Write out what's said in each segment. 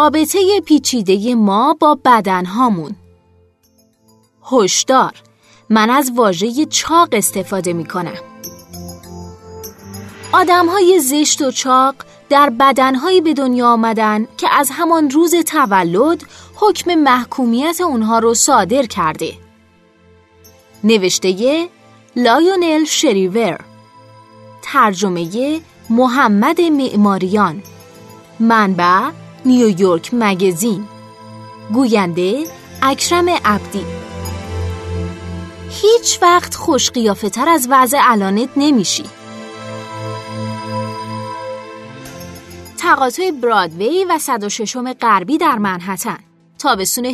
رابطه پیچیده ما با بدنهامون. هشدار، من از واژه چاق استفاده می‌کنم. آدم‌های زشت و چاق در بدنهایی به دنیا آمدن که از همان روز تولد حکم محکومیت اونها رو صادر کرده. نوشته لایونل شریور، ترجمه محمد معماریان، منبع نیویورک مگزین، گوینده اکرم عبدی. هیچ وقت خوش قیافه تر از وضع الانت نمیشی. تقاطع برادوی و 106 غربی در منهتن، تابستون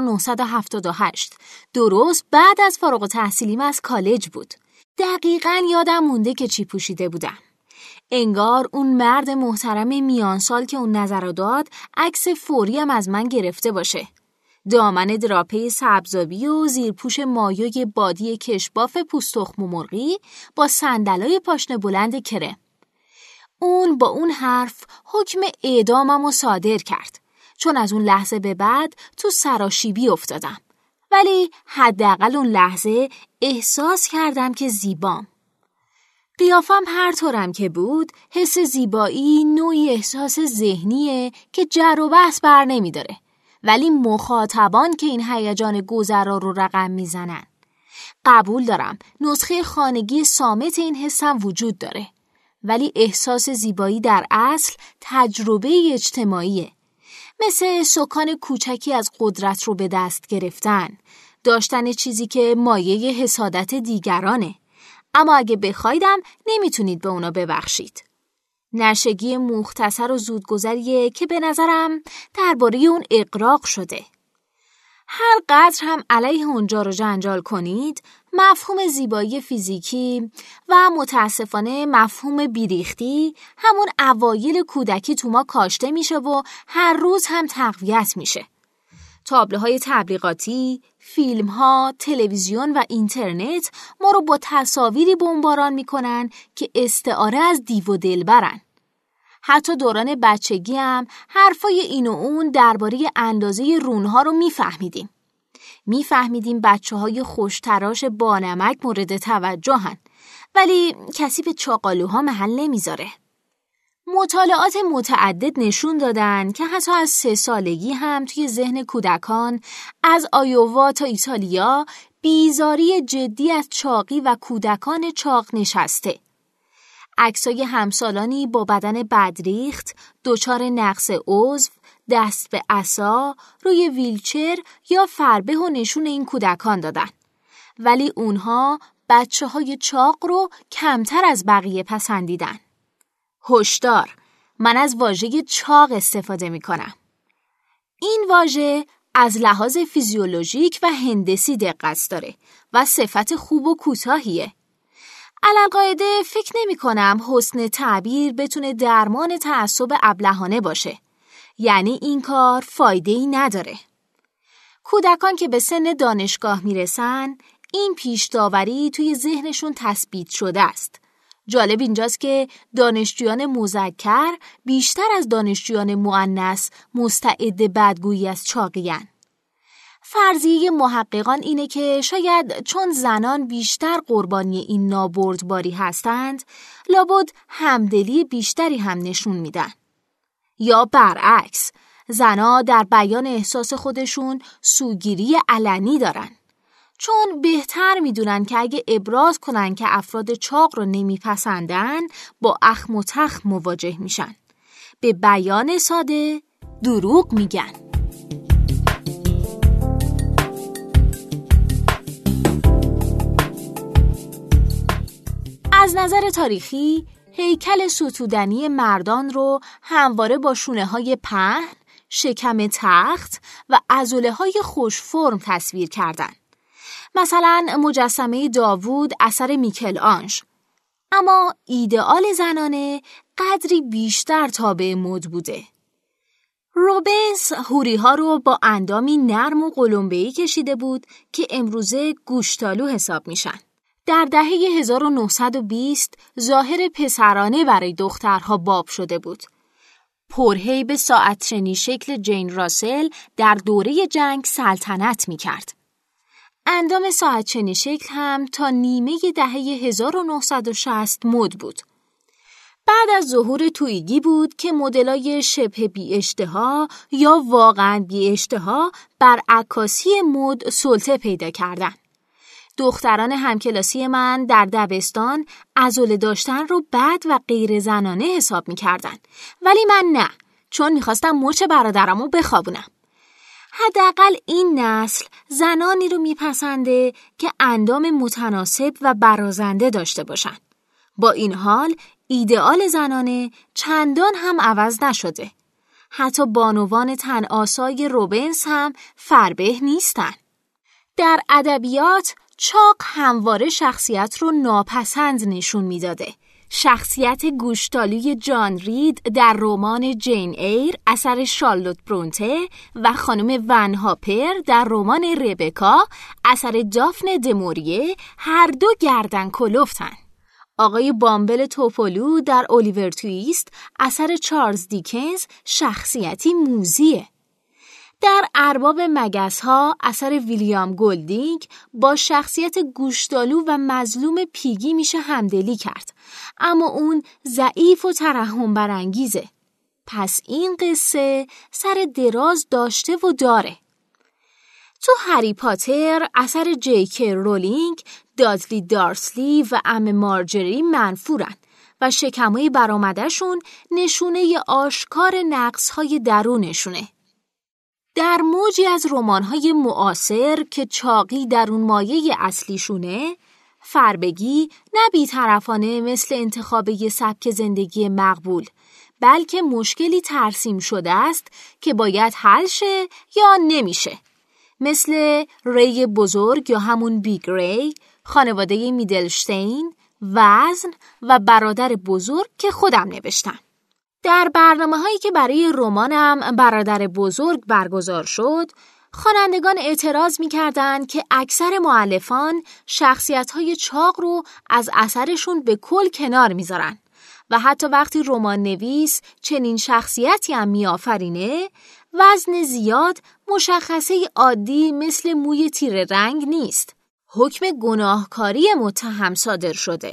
1978، درست بعد از فارغ التحصیلیم از کالج بود. دقیقاً یادم مونده که چی پوشیده بودم. انگار اون مرد محترم میان سال که اون نظر رو داد عکس فوری هم از من گرفته باشه. دامن دراپه سبزابی و زیرپوش مایوی بادی کشباف پوست تخم مرغی با صندلای پاشنه بلند کرم. اون با اون حرف حکم اعدامم رو صادر کرد، چون از اون لحظه به بعد تو سراشیبی افتادم. ولی حداقل اون لحظه احساس کردم که زیبام. قیافم هر طورم که بود، حس زیبایی نوعی احساس ذهنیه که جر و بحث بر نمی داره. ولی مخاطبان که این هیجان گذرا رو رقم میزنن. قبول دارم نسخه خانگی صامت این حسم وجود داره. ولی احساس زیبایی در اصل تجربه اجتماعیه. مثل سکان کوچکی از قدرت رو به دست گرفتن، داشتن چیزی که مایه حسادت دیگرانه. اما اگه بخوایدم نمیتونید به اونا ببخشید. نشگی مختصر و زودگذریه که به نظرم درباره اون اغراق شده. هر قدر هم علیه اونجا رو جنجال کنید، مفهوم زیبایی فیزیکی و متاسفانه مفهوم بیریختی همون اوایل کودکی تو ما کاشته میشه و هر روز هم تقویت میشه. تابلوهای تبلیغاتی، فیلم‌ها، تلویزیون و اینترنت ما رو با تصاویری بمباران میکنن که استعاره از دیو و دلبرن. حتی دوران بچگی هم حرفای این و اون درباره اندازه رونها رو میفهمیدیم بچه‌های خوشتراش بانمک مورد توجهن، ولی کسی به چاقالوها محل نمیذاره. مطالعات متعدد نشون دادن که حتی از 3 سالگی هم توی ذهن کودکان از آیووا تا ایتالیا بیزاری جدی از چاقی و کودکان چاق نشسته. عکسای همسالانی با بدن بدریخت، دچار نقص عضو، دست به عصا، روی ویلچر یا فربه و نشون این کودکان دادن. ولی اونها بچه‌های چاق رو کمتر از بقیه پسندیدن. هشدار، من از واژه چاق استفاده می‌کنم. این واژه از لحاظ فیزیولوژیک و هندسی دقت داره و صفت خوب و کوتاهیه. علالقاعده فکر نمی‌کنم حسن تعبیر بتونه درمان تعصب ابلهانه باشه. یعنی این کار فایده‌ای نداره. کودکان که به سن دانشگاه میرسن، این پیش داوری توی ذهنشون تثبیت شده است. جالب اینجاست که دانشجویان مذکر بیشتر از دانشجویان مؤنث مستعد بدگویی از چاقی‌اند. فرضیه محققان اینه که شاید چون زنان بیشتر قربانی این نابردباری هستند، لابد همدلی بیشتری هم نشون میدن. یا برعکس، زنها در بیان احساس خودشون سوگیری علنی دارن. چون بهتر میدونن که اگه ابراز کنن که افراد چاق رو نمیپسندن، با اخم و تخم مواجه میشن. به بیان ساده دروغ میگن. از نظر تاریخی، هیکل ستودنی مردان رو همواره با شونه‌های پهن، شکم تخت و عضله‌های خوش فرم تصویر کردند. مثلا مجسمه داوود اثر میکل آنژ. اما ایدئال زنانه قدری بیشتر تابع مد بوده. روبنز حوری‌ها رو با اندامی نرم و قلمبه‌ای کشیده بود که امروزه گوشتالو حساب میشن. در دهه 1920 ظاهر پسرانه برای دخترها باب شده بود. پرهیب ساعتشنی شکل جین راسل در دوره جنگ سلطنت می کرد. اندام ساعتشنی شکل هم تا نیمه دهه 1960 مد بود. بعد از ظهور توییگی بود که مدلای شبه بی اشتها یا واقعاً بی اشتها بر عکاسی مد سلطه پیدا کردن. دختران همکلاسی من در دبستان عضله داشتن رو بد و غیر زنانه حساب می کردن. ولی من نه، چون می خواستم مچ برادرمو بخوابونم. حداقل این نسل زنانی رو می پسنده که اندام متناسب و برازنده داشته باشن. با این حال ایدئال زنانه چندان هم عوض نشده. حتی بانوان تن‌آسای روبنز هم فربه نیستن. در ادبیات چاق همواره شخصیت رو ناپسند نشون میداده. شخصیت گوشتالوی جان رید در رمان جین ایر اثر شارلوت برونته و خانم ون هاپر در رمان ربکا اثر دافن دموریه هر دو گردن کلفتن. آقای بامبل توپولو در الیور تویست اثر چارلز دیکنز شخصیتی موذیه. در ارباب مگس‌ها اثر ویلیام گلدینگ با شخصیت گوشتالو و مظلوم پیگی میشه همدلی کرد، اما اون ضعیف و ترحم برانگیزه. پس این قصه سر دراز داشته و داره. تو هری پاتر اثر جی.کی رولینگ، دادلی دارسلی و عمه مارجری منفورن و شکمای برآمده‌شون نشونه آشکار نقص‌های درونشونه. در موجی از رمان‌های معاصر که چاقی در اون مایه اصلیشونه، فربگی نه بی‌طرفانه مثل انتخاب یه سبک زندگی مقبول، بلکه مشکلی ترسیم شده است که باید حل شه یا نمیشه. مثل ری بزرگ یا همون بیگ ری، خانواده میدلشتین، وزن و برادر بزرگ که خودم نوشتم. در برنامه‌هایی که برای رمانم برادر بزرگ برگزار شد، خوانندگان اعتراض می‌کردند که اکثر مؤلفان شخصیت‌های چاق رو از اثرشون به کل کنار می‌ذارن و حتی وقتی رمان نویس چنین شخصیتی هم می‌آفرینه، وزن زیاد مشخصه عادی مثل موی تیره رنگ نیست. حکم گناهکاری متهم صادر شده.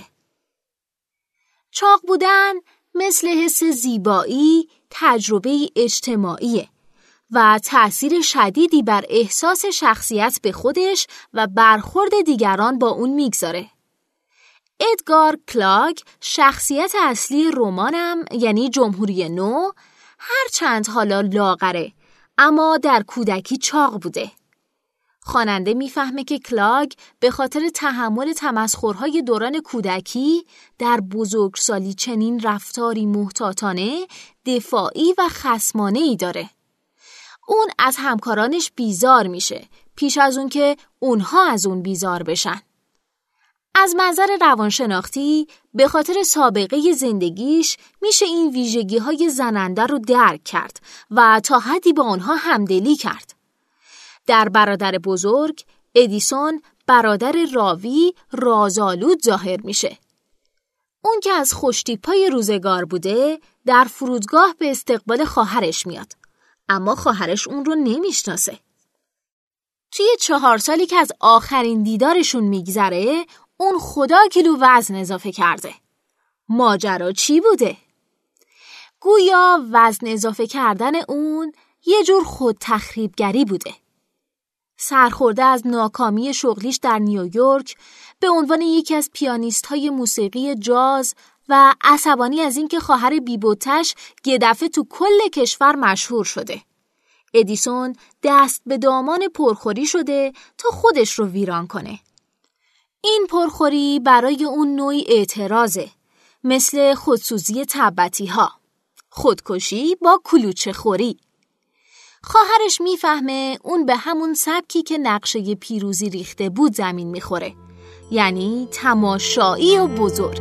چاق بودن مثل حس زیبایی تجربه اجتماعیه و تأثیر شدیدی بر احساس شخصیت به خودش و برخورد دیگران با اون میگذاره. ادگار کلاگ شخصیت اصلی رمانم یعنی جمهوری نو هرچند حالا لاغره اما در کودکی چاق بوده. خواننده میفهمه که کلاگ به خاطر تحمل تمسخرهای دوران کودکی در بزرگسالی چنین رفتاری محتاطانه، دفاعی و خصمانه‌ای داره. اون از همکارانش بیزار میشه پیش از اون که اونها از اون بیزار بشن. از منظر روانشناختی به خاطر سابقه زندگیش میشه این ویژگی‌های زننده رو درک کرد و تا حدی با اونها همدلی کرد. در برادر بزرگ، ادیسون برادر راوی رازآلود ظاهر میشه. اون که از خوشتیپای روزگار بوده، در فرودگاه به استقبال خواهرش میاد. اما خواهرش اون رو نمیشناسه. توی 4 سالی که از آخرین دیدارشون میگذره، اون خدا کیلو وزن اضافه کرده. ماجرا چی بوده؟ گویا وزن اضافه کردن اون یه جور خود تخریبگری بوده. سرخورده از ناکامی شغلیش در نیویورک به عنوان یکی از پیانیست‌های موسیقی جاز و عصبانی از اینکه خواهر بی‌بوتش یه دفعه تو کل کشور مشهور شده. ادیسون دست به دامان پرخوری شده تا خودش رو ویران کنه. این پرخوری برای اون نوعی اعتراضه، مثل خودسوزی تبتی‌ها، خودکشی با کلوچه خوری. خواهرش میفهمه اون به همون سبکی که نقشه پیروزی ریخته بود زمین میخوره، یعنی تماشایی و بزرگ.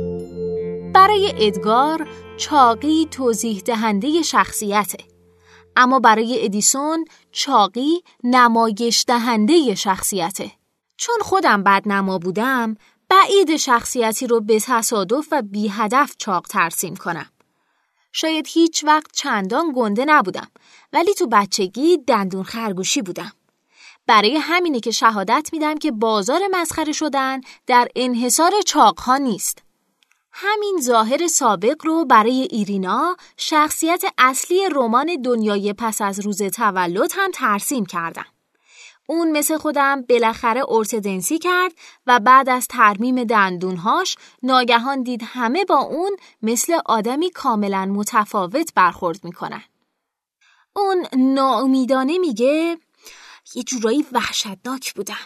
برای ادگار چاقی توضیح دهنده شخصیته، اما برای ادیسون چاقی نمایش دهنده شخصیته. چون خودم بدنما بودم، بعید شخصیتی رو به تصادف و بی هدف چاق ترسیم کنم. شاید هیچ وقت چندان گنده نبودم، ولی تو بچگی دندون خرگوشی بودم. برای همینه که شهادت میدم که بازار مسخره شدن در انحصار چاق‌ها نیست. همین ظاهر سابق رو برای ایرینا، شخصیت اصلی رمان دنیای پس از روز تولد هم ترسیم کردم. اون مثل خودم بالاخره ارتودنسی کرد و بعد از ترمیم دندونهاش ناگهان دید همه با اون مثل آدمی کاملا متفاوت برخورد میکنن. اون ناامیدانه میگه یه جورایی وحشتناک بودم.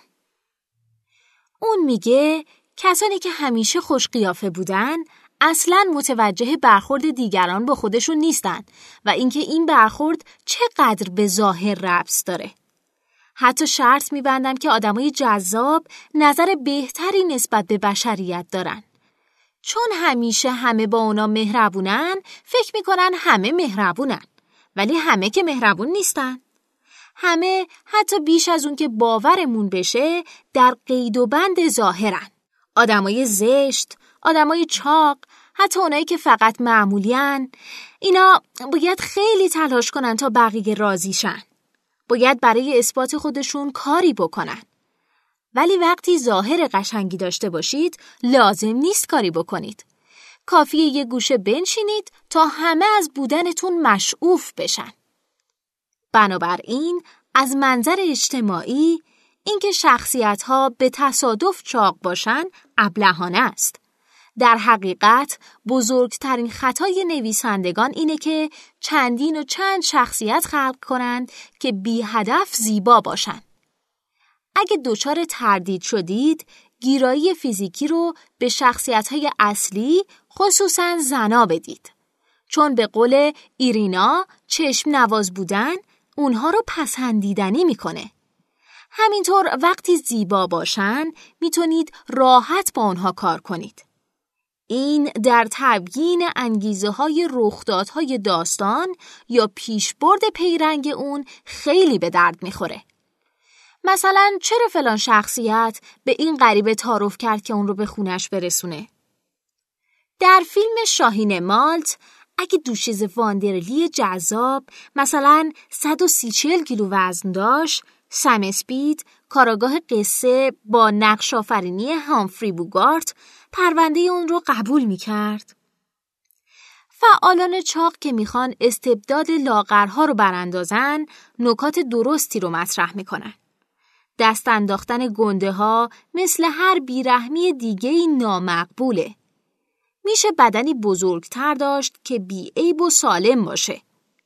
اون میگه کسانی که همیشه خوش قیافه بودن اصلاً متوجه برخورد دیگران با خودشون نیستن و اینکه این برخورد چقدر به ظاهر ربط داره. حتی شرط می‌بندم که آدمای جذاب نظر بهتری نسبت به بشریت دارن. چون همیشه همه با اونا مهربونن، فکر می‌کنن همه مهربونن. ولی همه که مهربون نیستن. همه حتی بیش از اون که باورمون بشه در قید و بند ظاهرن. آدمای زشت، آدمای چاق، حتی اونایی که فقط معمولیان، اینا باید خیلی تلاش کنن تا بقیه راضی شن. باید برای اثبات خودشون کاری بکنن. ولی وقتی ظاهر قشنگی داشته باشید، لازم نیست کاری بکنید. کافیه یه گوشه بنشینید تا همه از بودنتون مشعوف بشن. بنابراین از منظر اجتماعی اینکه شخصیت‌ها به تصادف چاق باشن ابلهانه است. در حقیقت بزرگترین خطای نویسندگان اینه که چندین و چند شخصیت خلق کنند که بی هدف زیبا باشن. اگه دچار تردید شدید، گیرایی فیزیکی رو به شخصیت‌های اصلی خصوصاً زنا بدید. چون به قول ایرینا چشم نواز بودن اونها رو پسندیدنی میکنه. همینطور وقتی زیبا باشن میتونید راحت با اونها کار کنید. این در تبیین انگیزه‌های رخدادهای داستان یا پیشبرد پیرنگ اون خیلی به درد میخوره. مثلا چرا فلان شخصیت به این غریبه تعارف کرد که اون رو به خونش برسونه؟ در فیلم شاهین مالت اگه دوشیز واندرلی جذاب مثلا 130 کیلو وزن داشت، سم اسپید کاراگاه قصه با نقش آفرینی هامفری بوگارت پرونده اون رو قبول میکرد. فعالان چاق که میخوان استبداد لاغرها رو براندازن نکات درستی رو مطرح میکنن. دست انداختن گنده ها مثل هر بیرحمی دیگه‌ای نامقبوله. میشه بدنی بزرگتر داشت که بی‌عیب و سالم باشه.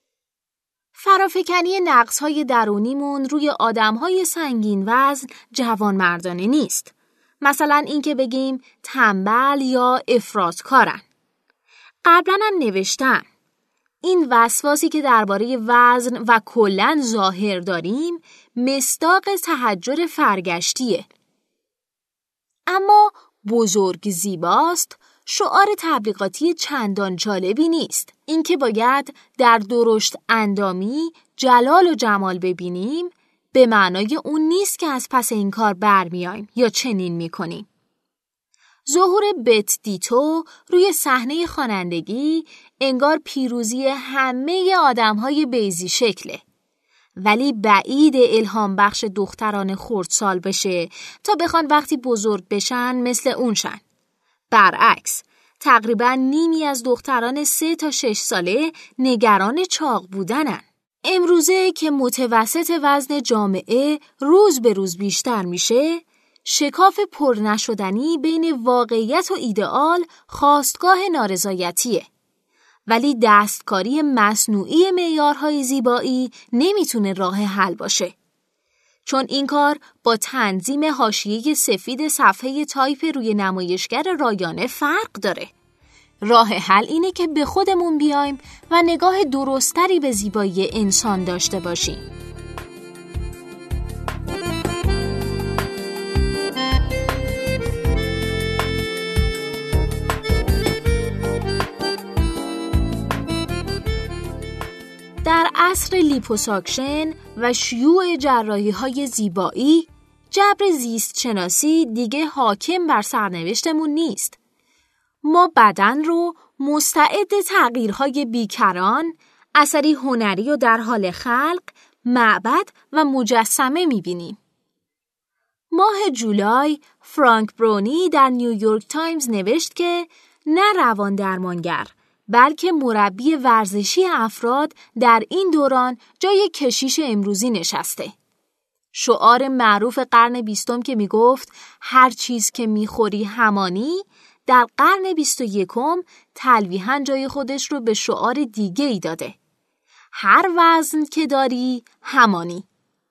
فرافکنی نقص‌های درونیمون روی آدم‌های سنگین وزن جوانمردانه نیست. مثلا اینکه بگیم تنبل یا افراطکارن. قبلا هم نوشتم این وسواسی که درباره وزن و کلاً ظاهر داریم مصداق تحجر فرگشتیه. اما بزرگ زیباست شعار تبلیغاتی چندان جالبی نیست. اینکه باید در درشت اندامی جلال و جمال ببینیم به معنای اون نیست که از پس این کار برمیایم یا چنین میکنیم. ظهور بت دیتو روی صحنه خوانندگی انگار پیروزی همه آدم‌های بیضی شکله. ولی بعید الهام بخش دختران خردسال بشه تا بخوان وقتی بزرگ بشن مثل اون شن. برعکس، تقریباً نیمی از دختران 3 تا 6 ساله نگران چاق بودنن. امروزه که متوسط وزن جامعه روز به روز بیشتر میشه، شکاف پر نشدنی بین واقعیت و ایدئال خواستگاه نارضایتیه. ولی دستکاری مصنوعی معیارهای زیبایی نمیتونه راه حل باشه. چون این کار با تنظیم حاشیه سفید صفحه تایپ روی نمایشگر رایانه فرق داره. راه حل اینه که به خودمون بیایم و نگاه درستری به زیبایی انسان داشته باشیم. در عصر لیپوساکشن و شیوع جراحی‌های زیبایی، جبر زیست شناسی دیگه حاکم بر سرنوشتمون نیست. ما بدن رو مستعد تغییرهای بیکران، اثری هنری و در حال خلق، معبد و مجسمه می‌بینیم. ماه جولای فرانک برونی در نیویورک تایمز نوشت که نه روان درمانگر بلکه مربی ورزشی افراد در این دوران جای کشیش امروزی نشسته. شعار معروف قرن 20 که میگفت هر چیز که میخوری همانی، در قرن 21 تلویحاً جای خودش رو به شعار دیگه ای داده. هر وزن که داری همانی.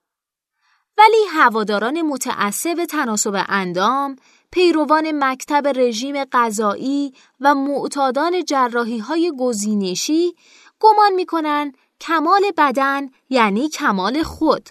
ولی هواداران متعصب تناسب اندام، پیروان مکتب رژیم غذایی و معتادان جراحی‌های گزینشی گمان می‌کنند کمال بدن یعنی کمال خود.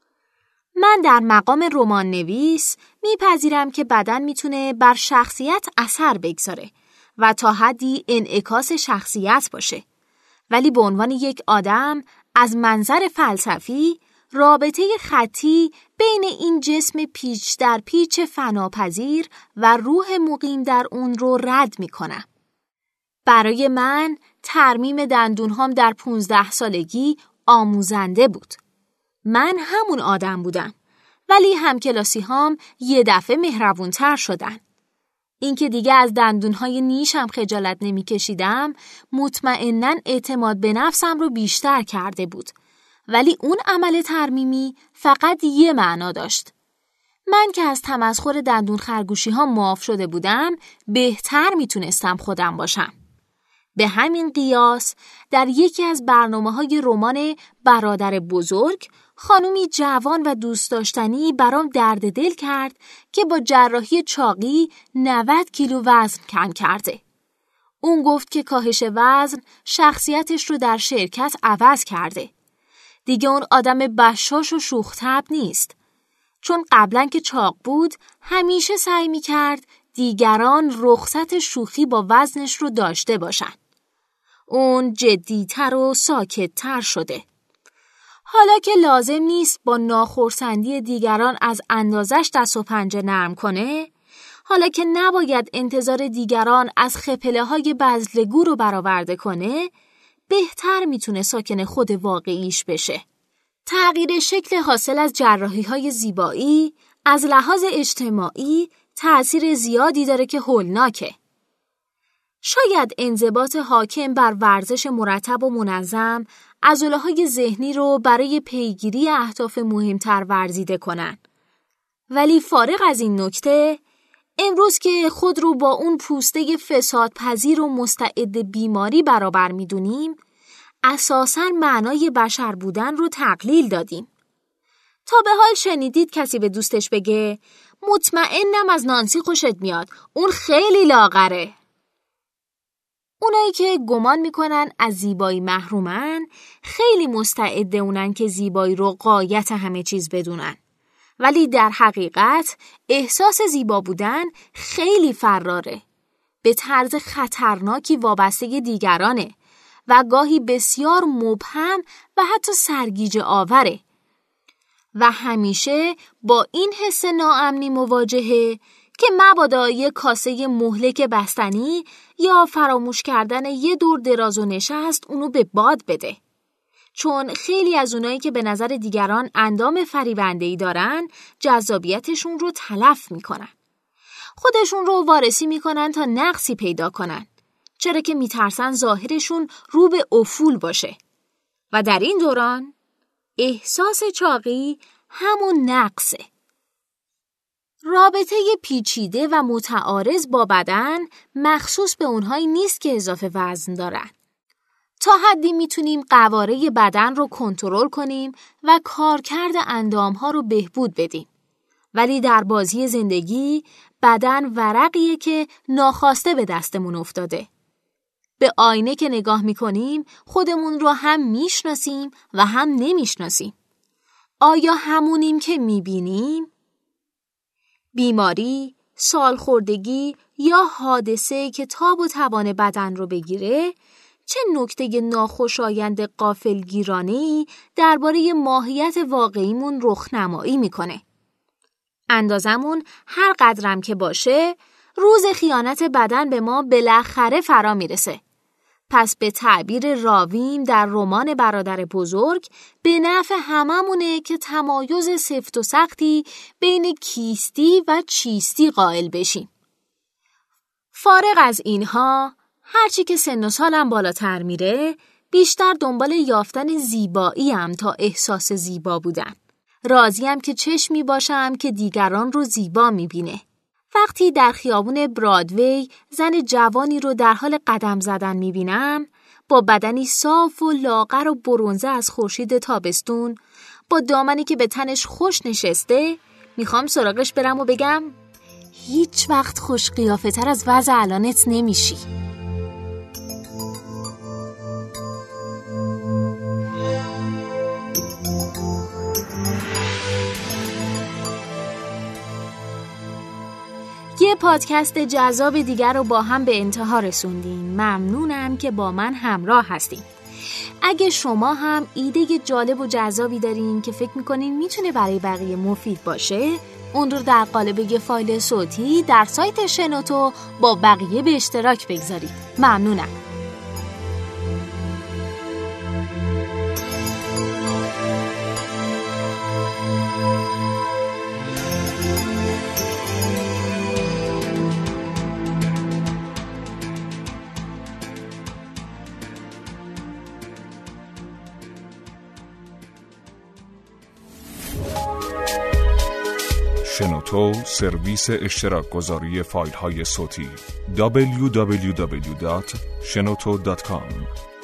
من در مقام رمان نویس میپذیرم که بدن میتونه بر شخصیت اثر بگذاره و تا حدی انعکاس شخصیت باشه. ولی به عنوان یک آدم از منظر فلسفی رابطه خطی بین این جسم پیچ در پیچ فناپذیر و روح مقیم در اون رو رد میکنم. برای من ترمیم دندونهام در 15 سالگی آموزنده بود. من همون آدم بودم، ولی همکلاسی هام یه دفعه مهربونتر شدن. اینکه دیگه از دندونهای نیشم خجالت نمی کشیدم مطمئناً اعتماد به نفسم رو بیشتر کرده بود. ولی اون عمل ترمیمی فقط یه معنا داشت. من که از تمسخر دندون خرگوشی ها معاف شده بودم بهتر میتونستم خودم باشم. به همین قیاس در یکی از برنامه‌های رمان برادر بزرگ خانومی جوان و دوست داشتنی برام درد دل کرد که با جراحی چاقی 90 کیلو وزن کم کرده. اون گفت که کاهش وزن شخصیتش رو در شرکت عوض کرده. دیگه اون آدم بشاش و شوخ طبع نیست. چون قبلا که چاق بود همیشه سعی می‌کرد دیگران رخصت شوخی با وزنش رو داشته باشن. اون جدی‌تر و ساکت‌تر شده. حالا که لازم نیست با ناخرسندی دیگران از اندازش دست و پنجه نرم کنه، حالا که نباید انتظار دیگران از خپله‌های بذلگو رو برآورده کنه، بهتر میتونه ساکن خود واقعیش بشه. تغییر شکل حاصل از جراحی‌های زیبایی از لحاظ اجتماعی تأثیر زیادی داره که هولناکه. شاید انضباط حاکم بر ورزش مرتب و منظم عضله‌های ذهنی رو برای پیگیری اهداف مهمتر ورزیده کنن. ولی فارغ از این نکته، امروز که خود رو با اون پوسته فسادپذیر و مستعد بیماری برابر می‌دونیم، اساساً معنای بشر بودن رو تقلیل دادیم. تا به حال شنیدید کسی به دوستش بگه مطمئنم از نانسی خوشت میاد، اون خیلی لاغره؟ اونایی که گمان میکنن از زیبایی محرومن خیلی مستعد اونن که زیبایی رو غایت همه چیز بدونن. ولی در حقیقت احساس زیبا بودن خیلی فراره. به طرز خطرناکی وابسته دیگرانه و گاهی بسیار مبهم و حتی سرگیجه آوره. و همیشه با این حس ناامنی مواجهه که مبادا یک کاسه مهلک بستنی یا فراموش کردن یه دور دراز و نشست اونو به باد بده. چون خیلی از اونایی که به نظر دیگران اندام فریبنده‌ای دارن جذابیتشون رو تلف میکنن. خودشون رو وارسی میکنن تا نقصی پیدا کنن. چرا که میترسن ظاهرشون رو به افول باشه. و در این دوران احساس چاقی همون نقصه. رابطه پیچیده و متعارض با بدن مخصوص به اونهایی نیست که اضافه وزن دارن. تا حدی میتونیم قواره بدن رو کنترل کنیم و کارکرد اندامها رو بهبود بدیم. ولی در بازی زندگی بدن ورقیه که ناخواسته به دستمون افتاده. به آینه که نگاه میکنیم خودمون رو هم میشناسیم و هم نمیشناسیم. آیا همونیم که میبینیم؟ بیماری، سالخوردگی یا حادثه که تاب و توان بدن رو بگیره چه نکته ناخوشایند غافلگیرانه‌ای درباره ماهیت واقعیمون رخنمایی میکنه. اندازمون هر قدرم که باشه، روز خیانت بدن به ما بالاخره فرا میرسه. پس به تعبیر راویم در رمان برادر بزرگ به نفع هممونه که تمایز سفت و سختی بین کیستی و چیستی قائل بشیم. فارغ از اینها، هرچی که سن و سالم بالاتر میره، بیشتر دنبال یافتن زیباییم تا احساس زیبا بودن. راضیم که چشمی باشم که دیگران رو زیبا میبینه. وقتی در خیابون برادوی زن جوانی رو در حال قدم زدن میبینم، با بدنی صاف و لاغر و برنزه از خورشید تابستون، با دامنی که به تنش خوش نشسته، میخوام سراغش برم و بگم هیچ وقت خوش قیافه تر از وضع الانت نمیشی. یه پادکست جذاب دیگر رو با هم به انتها رسوندیم. ممنونم که با من همراه هستین. اگه شما هم ایده جالب و جذابی دارین که فکر میکنین میتونه برای بقیه مفید باشه، اون رو در قالب یه فایل صوتی در سایت شنوتو با بقیه به اشتراک بگذارید. ممنونم. شنوتو سرویس اشتراک گذاری فایل های صوتی www.shenoto.com